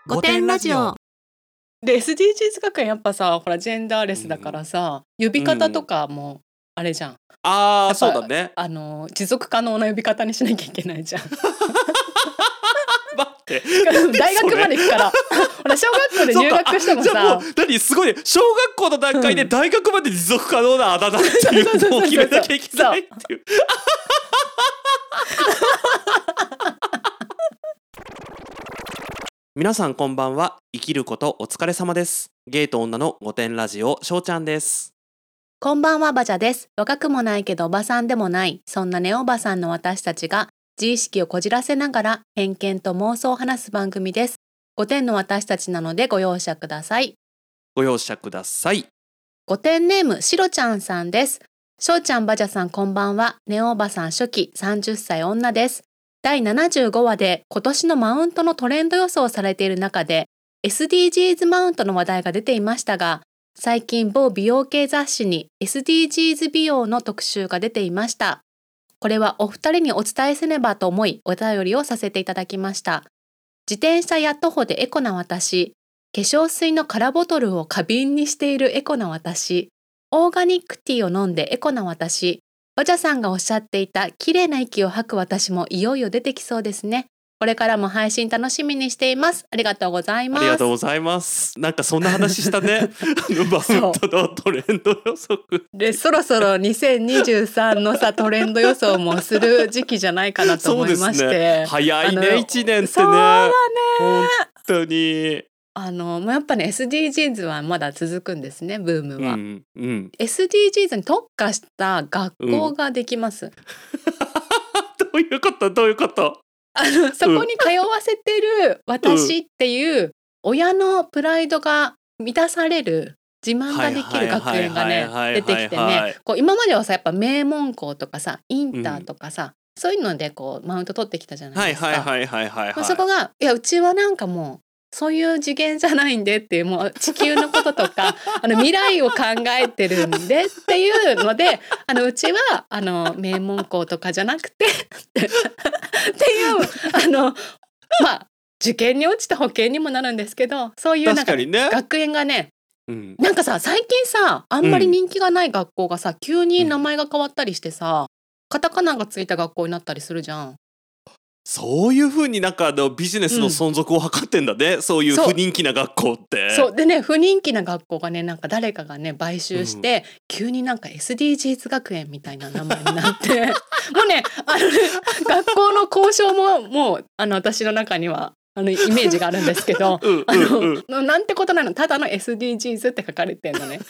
5点ラジオで SDGs 学園やっぱさほらジェンダーレスだからさ、呼び方とかもあれじゃん、 ああやっぱそうだね。 持続可能な呼び方にしなきゃいけないじゃん待って大学まで行くからほら小学校で入学してもじゃあさもう何すごいね、小学校の段階で大学まで持続可能なあだ名っていうのを決めなきゃいけないっていう皆さんこんばんは。生きることお疲れ様です。ゲイと女の5点ラジオしょうちゃんです。 こんばんはバジャです。若くもないけどおばさんでもないそんなネオおばさんの私たちが自意識をこじらせながら偏見と妄想を話す番組です。5点の私たちなのでご容赦ください。 ご容赦ください。 5点ネームしろちゃんさんです。しょうちゃんバジャさんこんばんは。ネオおばさん初期30歳女です。第75話で今年のマウントのトレンド予想されている中で SDGs マウントの話題が出ていましたが、最近某美容系雑誌に SDGs 美容の特集が出ていました。これはお二人にお伝えせねばと思いお便りをさせていただきました。自転車や徒歩でエコな私、化粧水の空ボトルを花瓶にしているエコな私、オーガニックティーを飲んでエコな私、バジャさんがおっしゃっていた綺麗な息を吐く私もいよいよ出てきそうですね。これからも配信楽しみにしています。ありがとうございます。 ありがとうございます。なんかそんな話したねマウントのトレンド予測でそろそろ2023のさトレンド予想もする時期じゃないかなと思いまして。 そうですね、早いね1年ってね。 そうだね、 本当にやっぱね SDGs はまだ続くんですね、ブームは、SDGs に特化した学校ができます、 どういうことそこに通わせてる私っていう親のプライドが満たされる自慢ができる学園がね出てきてね、こう今まではさやっぱ名門校とかさインターとかさ、そういうのでこうマウント取ってきたじゃないですか。そこがいやうちはなんかもうそういう次元じゃないんでっていうもう地球のこととか未来を考えてるんでっていうのでうちは名門校とかじゃなくてっていうまあ受験に落ちた保険にもなるんですけど、そういうなんか、学園がね、なんかさ最近さあんまり人気がない学校がさ、急に名前が変わったりしてさ、カタカナがついた学校になったりするじゃん。 そういう風になんかビジネスの存続を図ってんだね、そういう不人気な学校って。 そうでね、不人気な学校がねなんか誰かがね買収して、急になんか SDGs 学園みたいな名前になってもうね学校の交渉ももう私の中にはイメージがあるんですけどなんてことないの、ただの SDGs って書かれてんのね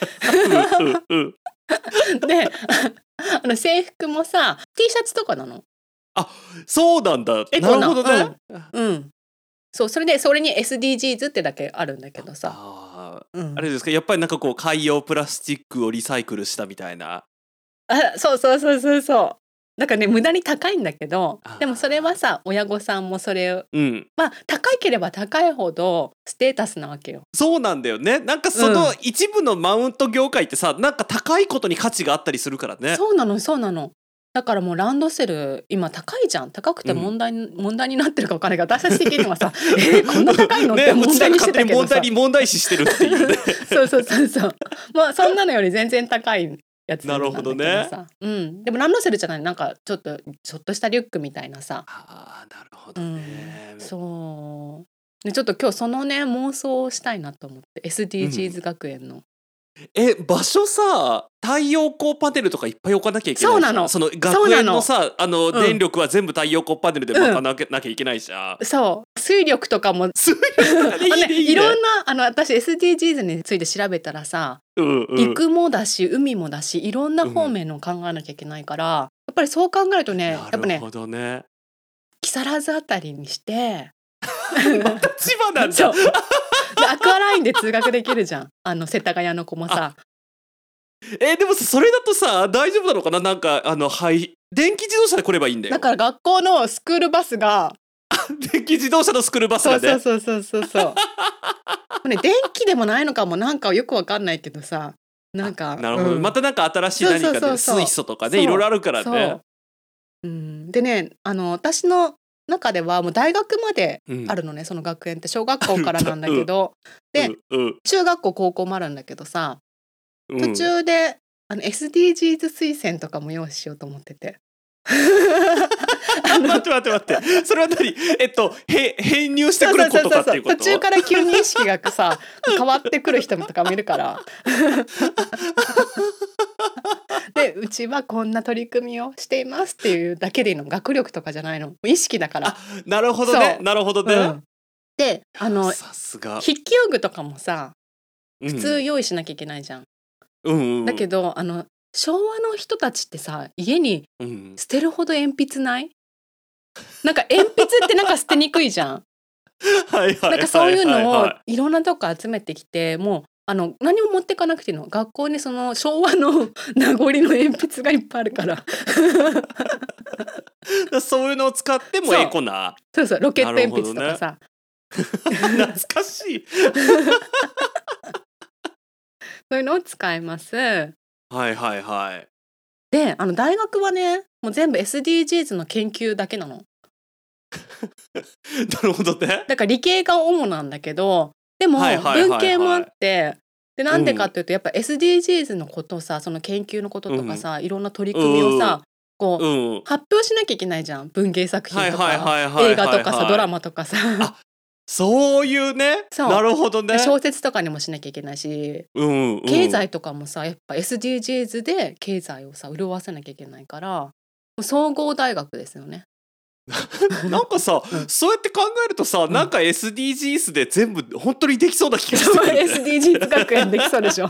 で制服もさ T シャツとかなの。 あ、そうなんだ。なるほどね。 そう、それでそれに SDGs ってだけあるんだけどさ。 あれですか、やっぱりなんかこう海洋プラスチックをリサイクルしたみたいな。 そうだからね無駄に高いんだけど、でもそれはさ親御さんもそれを、まあ高ければ高いほどステータスなわけよ。 そうなんだよね。なんかその一部のマウント業界ってさ、なんか高いことに価値があったりするからね。 そうなのだからもうランドセル今高いじゃん。高くて問題になってるか分からないが、私たち的にはさこんな高いのって問題にしてたけどさ、 問題視してるっていうねそうまあそんなのより全然高いやつなんだけどさ。 なるほどね。 でもランドセルじゃない、なんかちょっとしたリュックみたいなさ。 なるほどね。 そうでちょっと今日そのね妄想をしたいなと思って SDGs 学園の。 場所さ太陽光パネルとかいっぱい置かなきゃいけないじゃん。 そうなの。 その学園のさ電力は全部太陽光パネルで賄わなきゃいけないじゃん。 そう水力とかもいろんな私 SDGs について調べたらさ、陸もだし海もだしいろんな方面の考えなきゃいけないから、やっぱりそう考えるとねやっぱね木更津あたりにしてまた千葉なんだアクアラインで通学できるじゃん世田谷の子もさ。 でもそれだとさ大丈夫なのかな。なんか電気自動車で来ればいいんだよ。 だから学校のスクールバスが電気自動車のスクールバスがね。 そうね電気でもないのかも、なんかよくわかんないけどさ、なんかなるほど、またなんか新しい何かで水素とかねいろいろあるからね。 でね私の中ではもう大学までうんあるのね、その学園って小学校からなんだけど、でうん中学校高校もあるんだけどさ、途うん中でSDGs 推薦とかも用意しようと思ってて待って待って待って、それは何？編入してくる子とかっていうこと？ 途中から急に意識がさ変わってくる人とかもいるからでうちはこんな取り組みをしていますっていうだけでいいの、学力とかじゃないの、意識だから。 あ、なるほどね、 そうなるほどね、 うんでさすが。 筆記用具とかもさうん普通用意しなきゃいけないじゃん、 うんうんだけど昭和の人たちってさ家にうん捨てるほど鉛筆ない？なんか鉛筆ってなんか捨てにくいじゃんはいはいはいはいはい、 なんかそういうのをいろんなとこ集めてきて、もう何も持ってかなくていいの、学校にその昭和の名残の鉛筆がいっぱいあるからそういうのを使ってもエコな。 そうそう、ロケット鉛筆とかさ、 懐かしいそういうのを使います。 はいはいはい。 で大学はねもう全部 SDGs の研究だけなの。 なるほどね。 だから理系が主なんだけど、でもはいはいはいはい文系もあって、でなんでかっていうとやっぱ SDGs のことさ、その研究のこととかさ、いろんな取り組みをさ、こううん発表しなきゃいけないじゃん、文芸作品とはいはいかはいはいはいはい映画とかさドラマとかさあ、そういうね。 そうなるほどね。 小説とかにもしなきゃいけないし、 うんうん、 経済とかもさやっぱ SDGs で経済をさ潤わせなきゃいけないから、もう総合大学ですよね。 なんかさ、そうやって考えるとさ、なんか SDGs で全部本当にできそうな気がしてくる、ね、 SDGs 学園できそうでしょ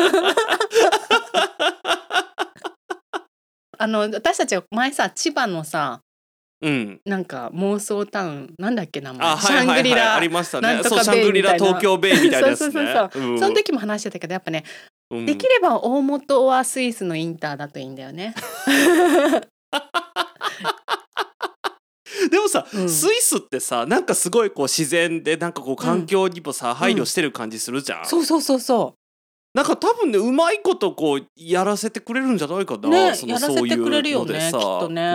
私たち前さ千葉のさ、なんか妄想タウンなんだっけ名前、シャングリラありましたね。 なんとかシャングリラ東京ベイみたいなやつね。 そう、その時も話してたけどやっぱね、できれば大元はスイスのインターだといいんだよねでもさ、スイスってさなんかすごいこう自然でなんかこう環境にもさ、配慮してる感じするじゃん。 そうなんか多分ねうまいことこうやらせてくれるんじゃないかな、 ね、やらせてくれるよねきっとね。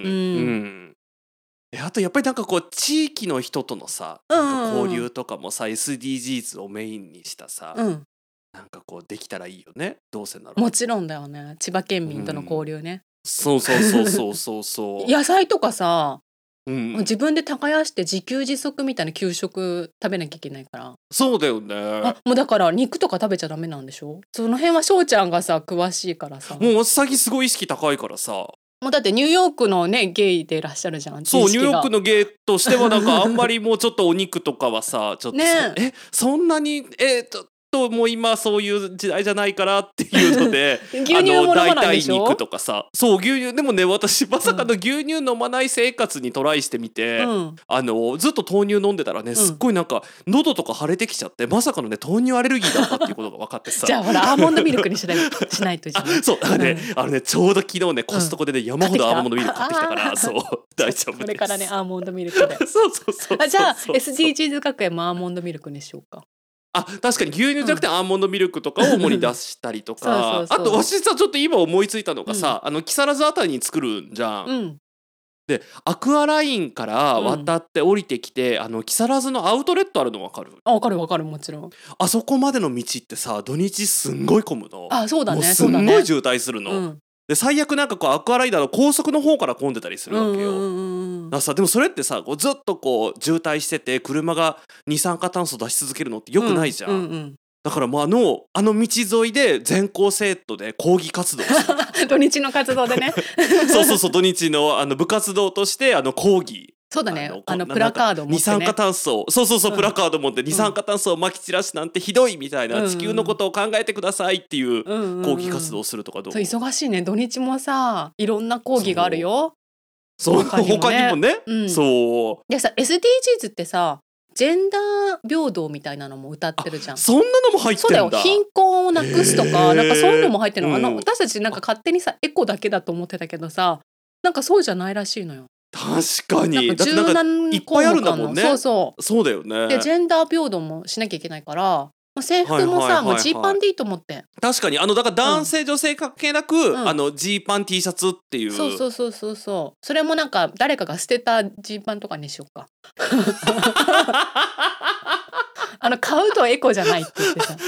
あとやっぱりなんかこう地域の人とのさ、なんか交流とかもさ SDGs をメインにしたさ、なんかこうできたらいいよね、どうせなら。 もちろんだよね、千葉県民との交流ね。 そう野菜とかさ、 もう自分で耕して自給自足みたいな給食食べなきゃいけないから。 そうだよね。 もうだから肉とか食べちゃダメなんでしょ。その辺は翔ちゃんがさ詳しいからさ。 もう最近すごい意識高いからさ。 もうだってニューヨークのねゲイでいらっしゃるじゃん。 そう、ニューヨークのゲイとしてはなんかあんまりもうちょっとお肉とかはさちょっとね、 そんなにもう今そういう時代じゃないからっていうので牛乳も飲まないでしょ。 代替肉とかさ、そう牛乳でもね、私まさかの牛乳飲まない生活にトライしてみて、ずっと豆乳飲んでたらね、すっごいなんか喉とか腫れてきちゃって、まさかのね豆乳アレルギーだったっていうことが分かってさじゃあほらアーモンドミルクにしないとじゃん。 そうだからね、ちょうど昨日ねコストコでね山ほどアーモンドミルク買ってきたから、そう大丈夫です。 これからねアーモンドミルクでそうじゃあ SDGs 学園もアーモンドミルクにしようか。 確かに牛乳じゃなくてアーモンドミルクとかを主に出したりとかあと私さちょっと今思いついたのがさ、木更津あたりに作るんじゃん。でアクアラインから渡って降りてきて、木更津のアウトレットあるの分かる？ 分かるもちろん。 あそこまでの道ってさ土日すんごい混むの。 そうだね、 もうすんごい渋滞するの。で最悪なんかこうアクアライダーの高速の方から混んでたりするわけよ。だからさでもそれってさこうずっとこう渋滞してて車が二酸化炭素出し続けるのってよくないじゃん。だからもう道沿いで全校生徒で抗議活動をする土日の活動でねそう土日の部活動として抗議。 そうだね、プラカード持ってね、 二酸化炭素プラカード持って二酸化炭素をまき散らすなんてひどいみたいな、地球のことを考えてくださいっていう抗議活動をするとかどう？ そう忙しいね、土日もさいろんな抗議があるよ。 そう他にもね、そうでさ SDGs ってさジェンダー平等みたいなのも歌ってるじゃん。 そんなのも入ってんだ。 そうだよ、貧困をなくすとか、なんかそういうのも入ってるの。私たちなんか勝手にさエコだけだと思ってたけどさ、なんかそうじゃないらしいのよ。 確かに。 なんかいっぱいあるんだもんね。 そうだよね。 でジェンダー平等もしなきゃいけないから、 う制服もさ、もうジーパンでいいと思って。 確かにだから男性、女性関係なく、ジーパン T シャツっていう。 そうそれもなんか誰かが捨てたジーパンとかにしようか。買うとエコじゃないって言ってさ。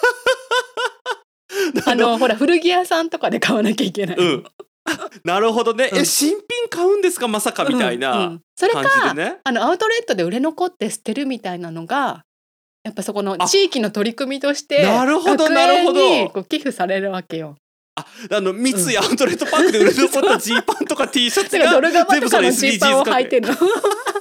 ほら古着屋さんとかで買わなきゃいけない。 なるほどね。新品買うんですかまさかみたいな感じでね。 それかアウトレットで売れ残って捨てるみたいなのがやっぱそこの地域の取り組みとして学園にこう寄付されるわけよ。 三井アウトレットパークで売れ残ったジーパンとか T シャツがドルガバとかのジーパンを履いてるの。でも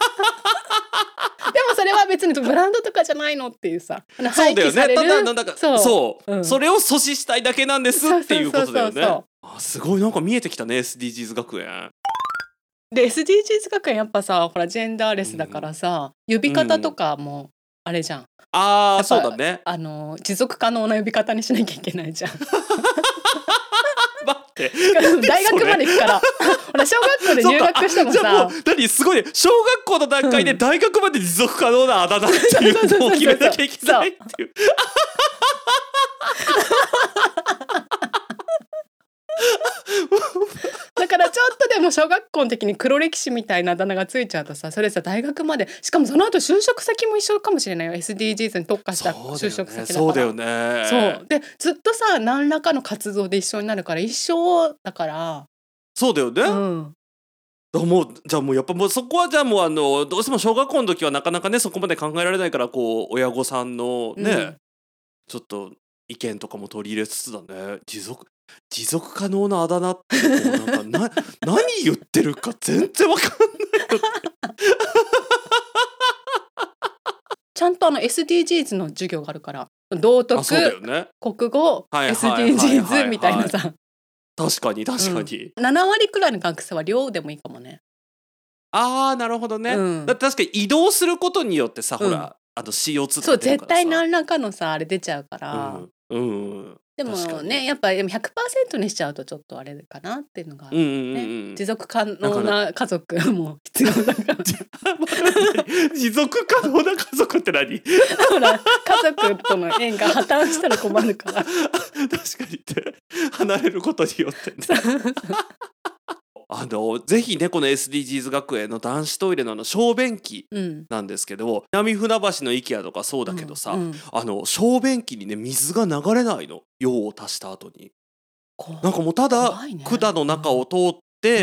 それは別にブランドとかじゃないのっていうさ、 そうだよね。それを阻止したいだけなんですっていうことだよね。すごいなんか見えてきたね SDGs 学園。 で SDGs 学園やっぱさほらジェンダーレスだからさ、呼び方とかもあれじゃん。 そうだね。 持続可能な呼び方にしなきゃいけないじゃん。 待って大学まで行くからほら小学校で入学してもさ、 じゃあもうすごいね、小学校の段階で大学まで持続可能なあだ名っていうのを決めなきゃいけないっていう。 だからちょっとでも小学校の時に黒歴史みたいなあだ名がついちゃうとさ、それさ大学まで、しかもその後就職先も一緒かもしれないよ。 SDGs に特化した就職先だから。 そうだよね。 そうでずっとさ何らかの活動で一緒になるから一生だから。 そうだよね。じゃあもうやっぱもうそこはじゃあもうどうしても小学校の時はなかなかねそこまで考えられないからこう親御さんのね、ちょっと意見とかも取り入れつつだね。持続可能なあだ名ってなんか何言ってるか全然わかんないちゃんとSDGs の授業があるから道徳、国語、SDGs みたいなさ。 確かに7 割くらいの学生は寮でもいいかもね。 なるほどね。だって確かに移動することによってさ、ほらCO2 とか出るからさ。 そう絶対何らかのさあれ出ちゃうから。でもねやっぱ 100% にしちゃうとちょっとあれかなっていうのがね。持続可能な家族も必要だから。 持続可能な家族って何？ ほら家族との縁が破綻したら困るから。 確かにって離れることによってね。ぜひねこの SDGs 学園の男子トイレの小便器なんですけど、南船橋の IKEA とかそうだけどさ、小便器にね水が流れないの、用を足した後に。なんかもうただ管の中を通って、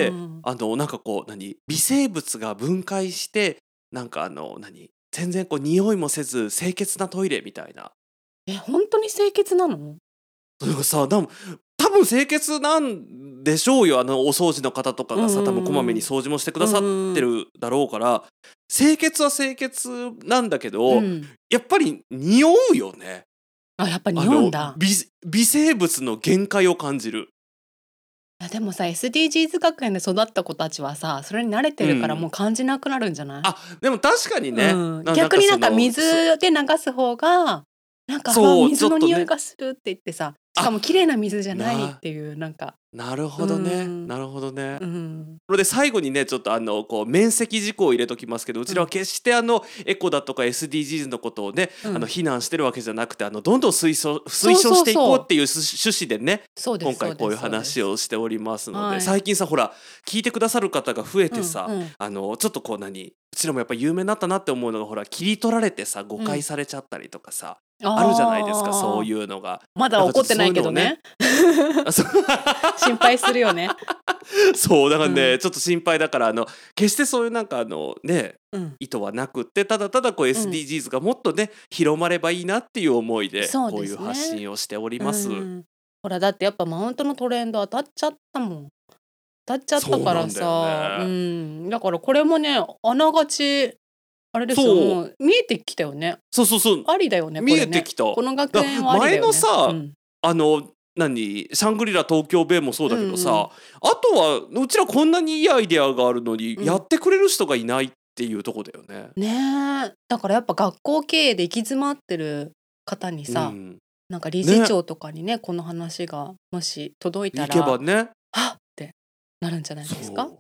なんかこう微生物が分解してなんか全然こう匂いもせず清潔なトイレみたいな。 本当に清潔なの？ なんかさ多分清潔なんでしょうよ。お掃除の方とかがさ多分こまめに掃除もしてくださってるだろうから清潔は清潔なんだけど、やっぱり匂うよね。 やっぱ匂うんだ。 微生物の限界を感じる。 でもさ SDGs 学園で育った子たちはさそれに慣れてるからもう感じなくなるんじゃない？ でも確かにね、 逆になんか水で流す方がなんか水の匂いがするって言ってさ、しかも綺麗な水じゃないっていうなんか。 なるほどね、なるほどね。これで最後にねちょっとこう面積事項を入れときますけど、うちらは決してエコだとか SDGs のことをね、非難してるわけじゃなくてどんどん推奨していこうっていう趣旨でね今回こういう話をしておりますので、最近さほら聞いてくださる方が増えてさ、ちょっとこううちらもやっぱ有名になったなって思うのがほら切り取られてさ誤解されちゃったりとかさ、あるじゃないですかそういうのが。 まだ起こってないけどね。心配するよね。 そうだからね、ちょっと心配だから決してそういうなんか意図はなくってただただこう SDGs がもっとね広まればいいなっていう思いでこういう発信をしております。 ほらだってやっぱマウントのトレンド当たっちゃったもん。当たっちゃったからさ、だからこれもねあながちあれですよ、もう見えてきたよね。 そうありだよね。 見えてきた。 この学園はありだよね。 前のさ、シャングリラ東京ベイもそうだけどさ、あとはうちらこんなにいいアイデアがあるのに、やってくれる人がいないっていうとこだよね。 だからやっぱ学校経営で行き詰まってる方にさ、なんか理事長とかにねこの話がもし届いたら行けばねはっってなるんじゃないですか。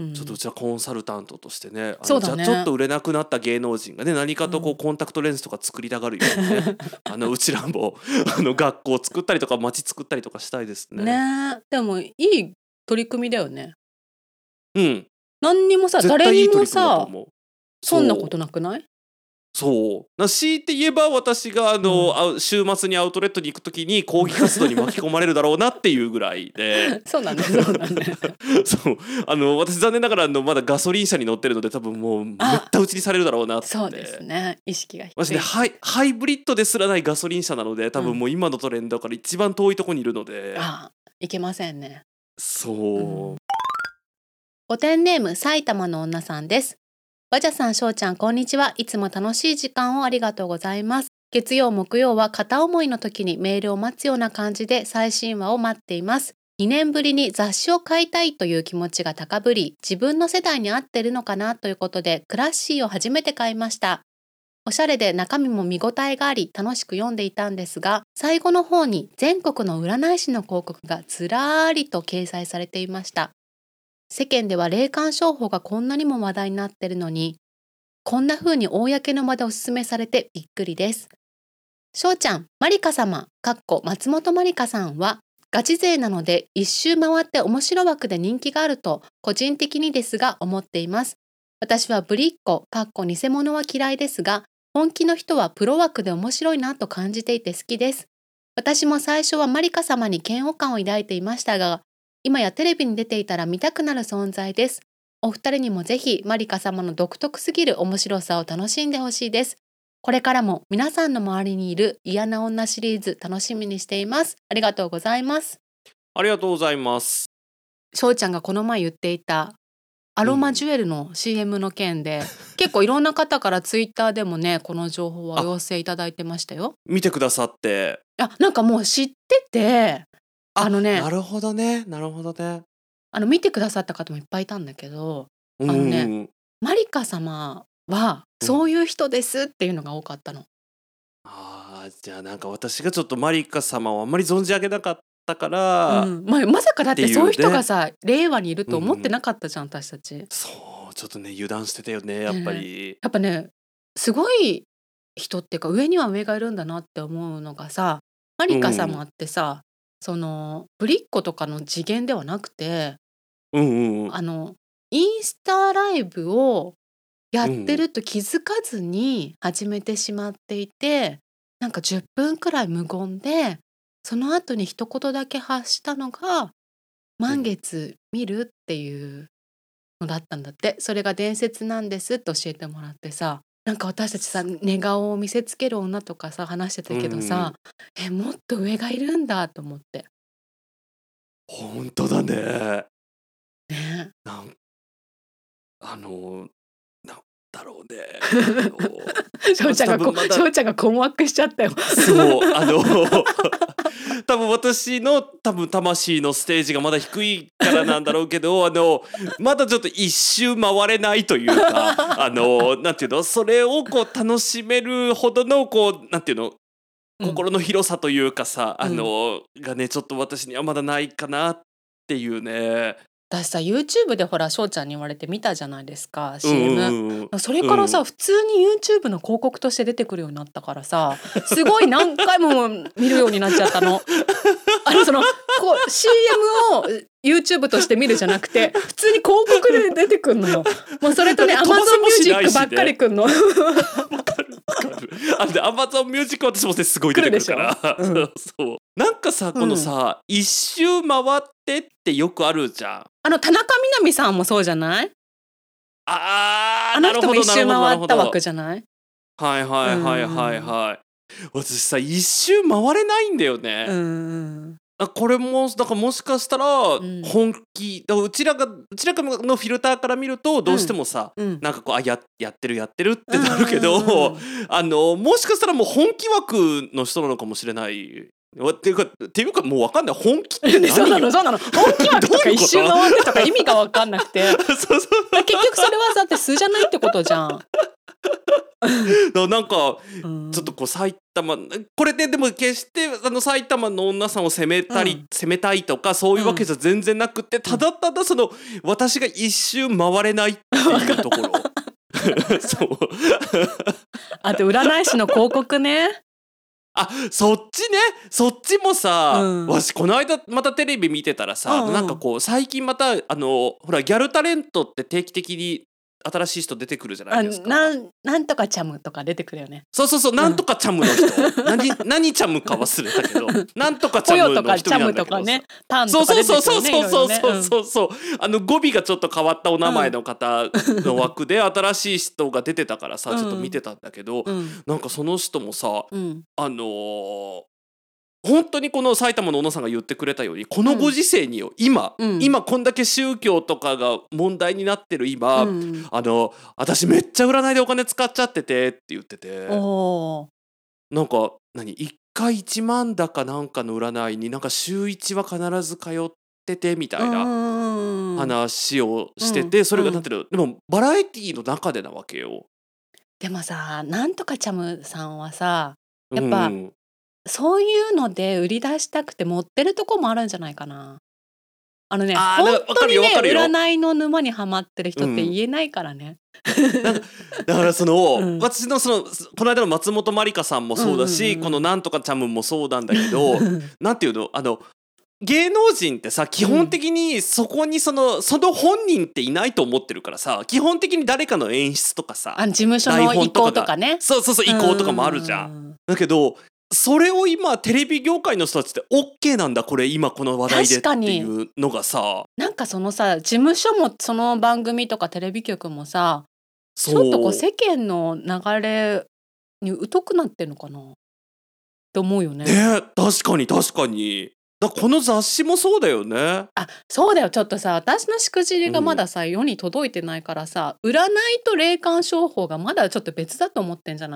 ちょっとうちはコンサルタントとしてね、 そうだね。 じゃあちょっと売れなくなった芸能人がね、何かとこうコンタクトレンズとか作りたがるようにねうちらも学校作ったりとか街作ったりとかしたいですね。 ね。でもいい取り組みだよね。 うん。 何にもさ、 絶誰にも対いい取り組みだとさ、 思う。 そんなことなくない？ そう強いて言えば私が週末にアウトレットに行くときに抗議活動に巻き込まれるだろうなっていうぐらいでそうなんだそうなんだそう私残念ながらまだガソリン車に乗ってるので多分もうめった打ちにされるだろうなって。 そうですね、意識が低い。 マジでハイブリッドですらないガソリン車なので多分もう今のトレンドから一番遠いところにいるので、 いけませんね。 そう、 おてんネーム埼玉の女さんです。わじゃさん、しょうちゃん、こんにちは。いつも楽しい時間をありがとうございます。月曜木曜は片思いの時にメールを待つような感じで最新話を待っています。2年ぶりに雑誌を買いたいという気持ちが高ぶり、自分の世代に合ってるのかなということでクラッシーを初めて買いました。おしゃれで中身も見応えがあり楽しく読んでいたんですが、最後の方に全国の占い師の広告がずらーりと掲載されていました。世間では霊感商法がこんなにも話題になってるのに、こんな風に公の場でおすすめされてびっくりです。しょうちゃん、まりか様松本まりかさんはガチ勢なので一周回って面白枠で人気があると個人的にですが思っています。私はぶりっ子偽物は嫌いですが、本気の人はプロ枠で面白いなと感じていて好きです。私も最初はまりか様に嫌悪感を抱いていましたが、今やテレビに出ていたら見たくなる存在です。お二人にもぜひまりか様の独特すぎる面白さを楽しんでほしいです。これからも皆さんの周りにいる嫌な女シリーズ楽しみにしています。ありがとうございます。 ありがとうございます。 しょうちゃんがこの前言っていたアロマジュエルの CM の件で、結構いろんな方からツイッターでもね、この情報はお寄せいただいてましたよ。 見てくださって。 なんかもう知ってて、 なるほどね見てくださった方もいっぱいいたんだけど、まりか様はそういう人ですっていうのが多かったの。 じゃあなんか私がちょっとまりか様をあんまり存じ上げなかったから、 まさかだってそういう人がさ、令和にいると思ってなかったじゃん、私たち。 そうちょっとね油断してたよね、やっぱり。 やっぱね、すごい人っていうか上には上がいるんだなって思うのがさ、まりか様ってさ、そのぶりっ子とかの次元ではなくて、インスタライブをやってると気づかずに始めてしまっていて、なんか10分くらい無言でその後に一言だけ発したのが満月見るっていうのだったんだって。それが伝説なんですって教えてもらってさ、なんか私たちさ、寝顔を見せつける女とかさ話してたけどさ、もっと上がいるんだと思って。 本当だね。なんだろうね。 しょうちゃんが困惑しちゃったよ。 そう多分私の魂のステージがまだ低いからなんだろうけどまだちょっと一周回れないというかなんていうの、それをこう楽しめるほどのこうなんていうの、心の広さというかさ、がねちょっと私にはまだないかなっていうね。 私さ YouTube でほらしょうちゃんに言われて見たじゃないですか CM、それからさ、普通に YouTube の広告として出てくるようになったからさ、すごい何回も見るようになっちゃったの。CM を YouTube として見るじゃなくて普通に広告で出てくるのよ。もうそれとね Amazon Music ばっかりくんの。わかるAmazon Music 私もすごい出てくるから、そうなんかさこのさ、一周回ってってよくあるじゃん。 田中みな実さんもそうじゃない？あの人も一周回った枠じゃない？ はい。私さ一周回れないんだよね。これもだからもしかしたら本気、うちらのフィルターから見るとどうしてもさ、なんかこうやってるってなるけど、もしかしたらもう本気枠の人なのかもしれない。っていうかもう分かんない。本気って何よ。 そうなの本気枠とか一周回ってとか意味が分かんなくて結局それはだって素じゃないってことじゃん。 なんかちょっとこう埼玉これででも決して埼玉の女さんを責めたいとかそういうわけじゃ全然なくて、ただただ私が一周回れないっていうところそうあと占い師の広告ね。 そっちもさ、わしこの間またテレビ見てたらさ、なんかこう最近またほらギャルタレントって定期的に新しい人出てくるじゃないですか。 なんとかチャムとか出てくるよね。 そうなんとかチャムの人、何チャムか忘れたけどなんとかチャムの人なんだけどさ、 ね、タンとか出てくるね。 そう語尾がちょっと変わったお名前の方の枠で新しい人が出てたからさ、ちょっと見てたんだけど、なんかその人もさ、本当にこの埼玉の小野さんが言ってくれたように、このご時世によ、今こんだけ宗教とかが問題になってる今、私めっちゃ占いでお金使っちゃっててって言ってて、なんか1回1万だかなんかの占いになんか週1は必ず通っててみたいな話をしてて、それがなんていうの、でもバラエティーの中でなわけよ。 でもさ、なんとかチャムさんはさ、やっぱ、そういうので売り出したくて持ってるとこもあるんじゃないかな。本当にね、占いの沼にはまってる人って言えないからね。 だから私のこの間の松本まりかさんもそうだし、このなんとかちゃむもそうなんだけど、なんていうの、芸能人ってさ、基本的にそこにその本人っていないと思ってるからさ、基本的に誰かの演出とかさ、 事務所の意向とかね、 そう意向とかもあるじゃん。だけどそれを今テレビ業界の人たちって OK なんだ、これ今この話題でっていうのがさ、 なんかそのさ、事務所もその番組とかテレビ局もさ、ちょっとこう世間の流れに疎くなってんのかなって思うよね。 確かにこの雑誌もそうだよね。 そうだよ。ちょっとさ、私のしくじりがまださ、世に届いてないからさ、占いと霊感商法がまだちょっと別だと思ってんじゃない？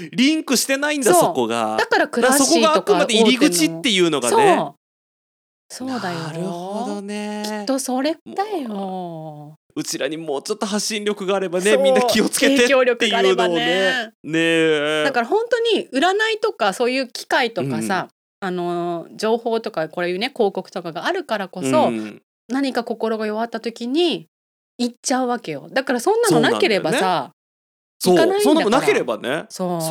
リンクしてないんだ、そこが。 だからクラッシーとかそこがあくまで入り口っていうのがね。 そうだよ。 なるほどね。 きっとそれだよ。 うちらにもうちょっと発信力があればね、みんな気をつけてっていうのをね。 だから本当に占いとかそういう機会とかさ、情報とかこれいうね、広告とかがあるからこそ、何か心が弱った時に行っちゃうわけよ。だからそんなのなければさ、行かないんだから。 そんなのなければね。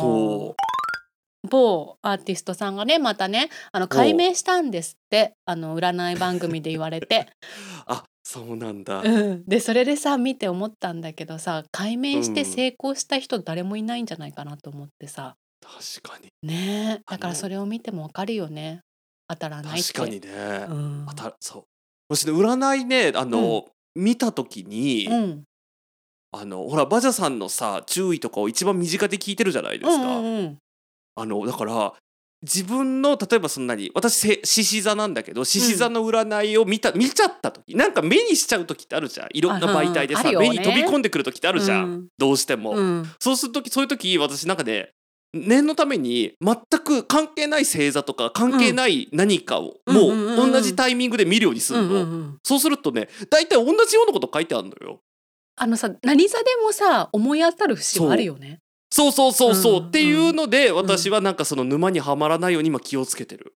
某アーティストさんがね、またね、改名したんですって、占い番組で言われてそうなんだ。 でそれでさ、見て思ったんだけどさ、改名して成功した人誰もいないんじゃないかなと思ってさ。 確かにね。だからそれを見ても分かるよね、当たらないって。 確かにね。私ね、占いね、見た時に、ほらバジャさんのさ注意とかを一番身近で聞いてるじゃないですか。だから自分の例えば私獅子座なんだけど、獅子座の占いを見ちゃった時、なんか目にしちゃう時ってあるじゃん。いろんな媒体でさ、目に飛び込んでくる時ってあるじゃん、どうしても。そういう時私なんかね、念のために全く関係ない星座とか関係ない何かをもう同じタイミングで見るようにするの。そうするとね、大体同じようなこと書いてあるのよ。 何座でもさ、思い当たる節はあるよね。 そうっていうので、私はなんかその沼にはまらないように今気をつけてる。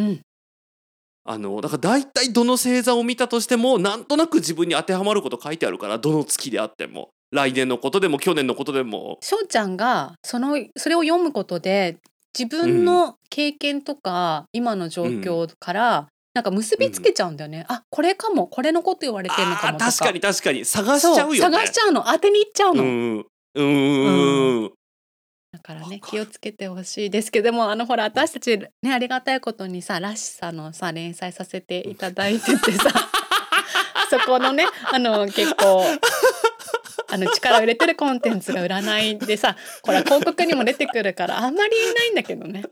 だから大体どの星座を見たとしてもなんとなく自分に当てはまること書いてあるから、どの月であっても来年のことでも去年のことでも。 翔ちゃんがそれを読むことで自分の経験とか今の状況からなんか結びつけちゃうんだよね。これかも、これのこと言われてるのかもとか。 確かに探しちゃうよね。 探しちゃうの、当てにいっちゃうの。だからね、気をつけてほしいですけども、ほら私たちね、ありがたいことにさ、らしさのさ連載させていただいててさそこのね、結構力を入れてるコンテンツが占いでさ、これは広告にも出てくるからあんまり言えないんだけどね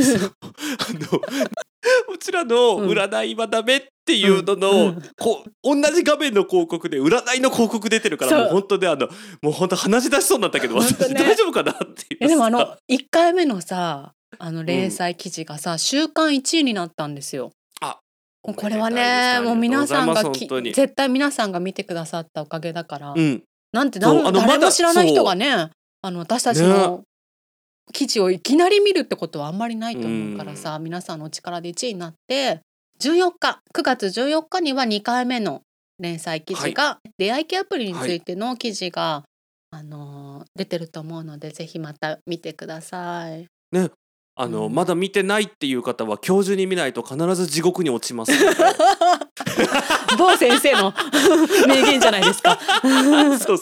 うちらの占いはダメっていうのの、同じ画面の広告で占いの広告出てるから、もう本当でもう本当話し出しそうになったけど、私大丈夫かなっていう。 でも1回目のさ連載記事がさ、週間1位になったんですよ。これはね、もう皆さんが絶対皆さんが見てくださったおかげだから、なんて誰も知らない人がね私たちの記事をいきなり見るってことはあんまりないと思うからさ、皆さんのお力で1位になって9月14日には2回目の連載記事が、出会い系アプリについての記事が、出てると思うので、ぜひまた見てください。 ね、まだ見てないっていう方は今日中に見ないと必ず地獄に落ちますので某先生の名言じゃないですかそう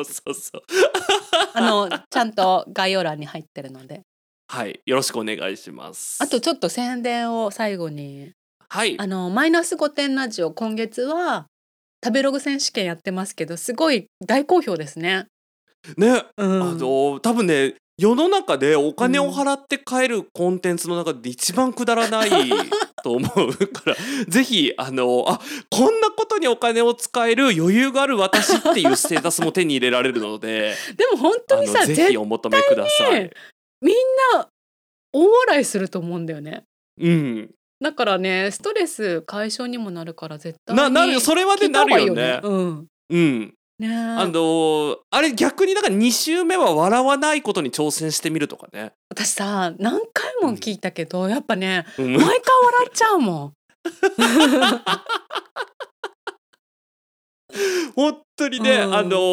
ちゃんと概要欄に入ってるので、 はい、よろしくお願いします。 あとちょっと宣伝を最後に、 はい、 マイナス5点ラジオ、今月は食べログ選手権やってますけど、すごい大好評ですね。 ね、多分ね、世の中でお金を払って買えるコンテンツの中で一番くだらないと思うからぜひこんなことにお金を使える余裕がある私っていうステータスも手に入れられるのででも本当にさ、 ぜひお求めください。 みんな大笑いすると思うんだよね。だからね、ストレス解消にもなるから絶対になるよ、それはね、なるよね。 ね、 あれ逆にだから2週目は笑わないことに挑戦してみるとかね。 私さ何回も聞いたけど、やっぱね、毎回笑っちゃうもん本当にね、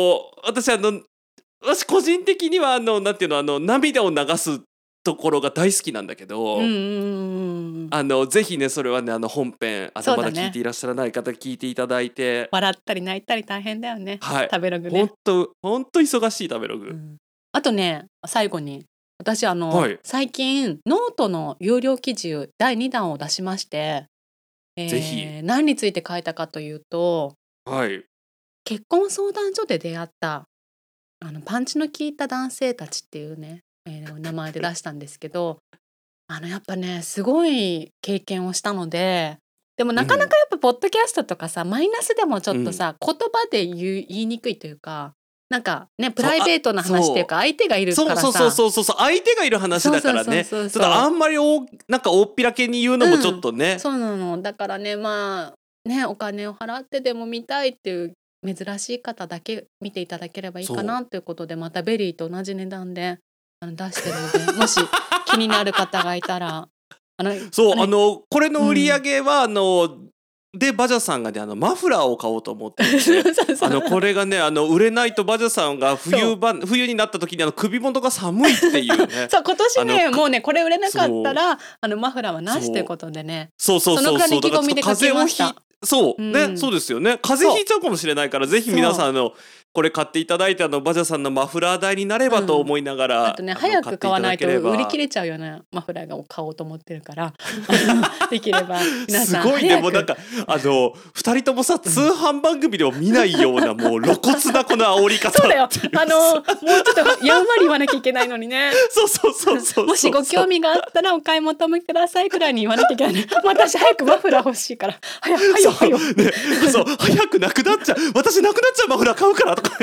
私個人的にはなんていうの、涙を流すところが大好きなんだけど、ぜひね、それはね、本編まだ聞いていらっしゃらない方聞いていただいて、 笑ったり泣いたり大変だよね、食べログね。 本当忙しい食べログ、 あとね、最後に私最近ノートの有料記事第2弾を出しまして、 ぜひ何について書いたかというと、結婚相談所で出会ったパンチの効いた男性たちっていうね、名前で出したんですけど、やっぱねすごい経験をしたので、でもなかなかやっぱポッドキャストとかさ、マイナスでもちょっとさ、言葉で言いにくいというか、なんかね、プライベートな話っていうか、相手がいるからさ、 そう相手がいる話だからね、ちょっとあんまりなんか大っぴらけに言うのもちょっとね、 そうなの。だからね、まあね、お金を払ってでも見たいっていう珍しい方だけ見ていただければいいかなということで、またベリーと同じ値段で出してるので、もし気になる方がいたらこれの売り上げはでバジャさんがねマフラーを買おうと思っていてこれがね売れないとバジャさんが冬になった時に首元が寒いっていうねそう、今年ねもうねこれ売れなかったらマフラーはなしということでね、そのくらいの意気込みで書きました。 そうね、そうですよね。風邪ひいちゃうかもしれないから、ぜひ皆さんこれ買っていただいてバジャさんのマフラー代になればと思いながら、 あとね、早く買わないと売り切れちゃうようなマフラーを買おうと思ってるからできれば皆さんすごい。でもなんか2人ともさ、通販番組でも見ないようなもう露骨なこの煽り方そうだよ、もうちょっとやんわり言わなきゃいけないのにねそうもしご興味があったらお買い求めくださいくらいに言わなきゃいけない私早くマフラー欲しいから早くなくなっちゃう、私なくなっちゃうマフラー買うからとか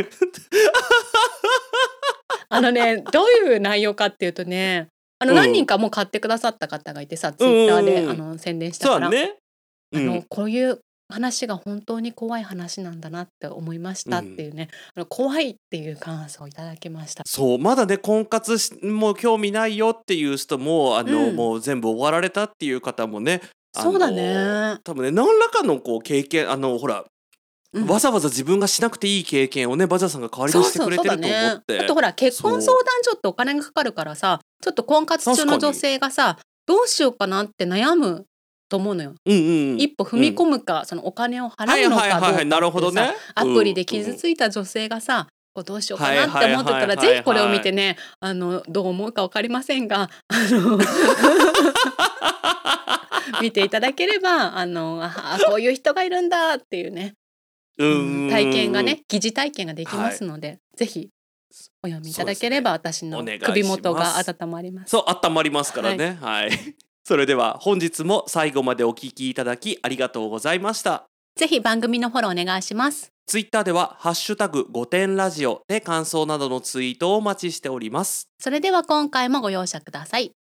どういう内容かっていうとね、何人かもう買ってくださった方がいてさ、ツイッターで宣伝したから、こういう話が本当に怖い話なんだなって思いましたっていうね、怖いっていう感想をいただきました。 そう、まだね婚活も興味ないよっていう人ももう全部終わられたっていう方もね、 そうだね、 多分ね何らかの経験ほら、わざわざ自分がしなくていい経験をねバジャさんが代わりにしてくれてると思って、 あとほら結婚相談所ってお金がかかるからさ、ちょっと婚活中の女性がさどうしようかなって悩むと思うのよ。一歩踏み込むか、そのお金を払うのかどうかっていうさ、アプリで傷ついた女性がさ、どうしようかなって思ってたら、ぜひこれを見てね、どう思うか分かりませんが見ていただければこういう人がいるんだっていうね、体験がね、疑似体験ができますので、ぜひお読みいただければ、私の首元が温まります。 そう、温まりますからね。それでは本日も最後までお聞きいただきありがとうございました。 ぜひ番組のフォローお願いします。 ツイッターではハッシュタグ5点ラジオで感想などのツイートをお待ちしております。 それでは今回もご容赦ください。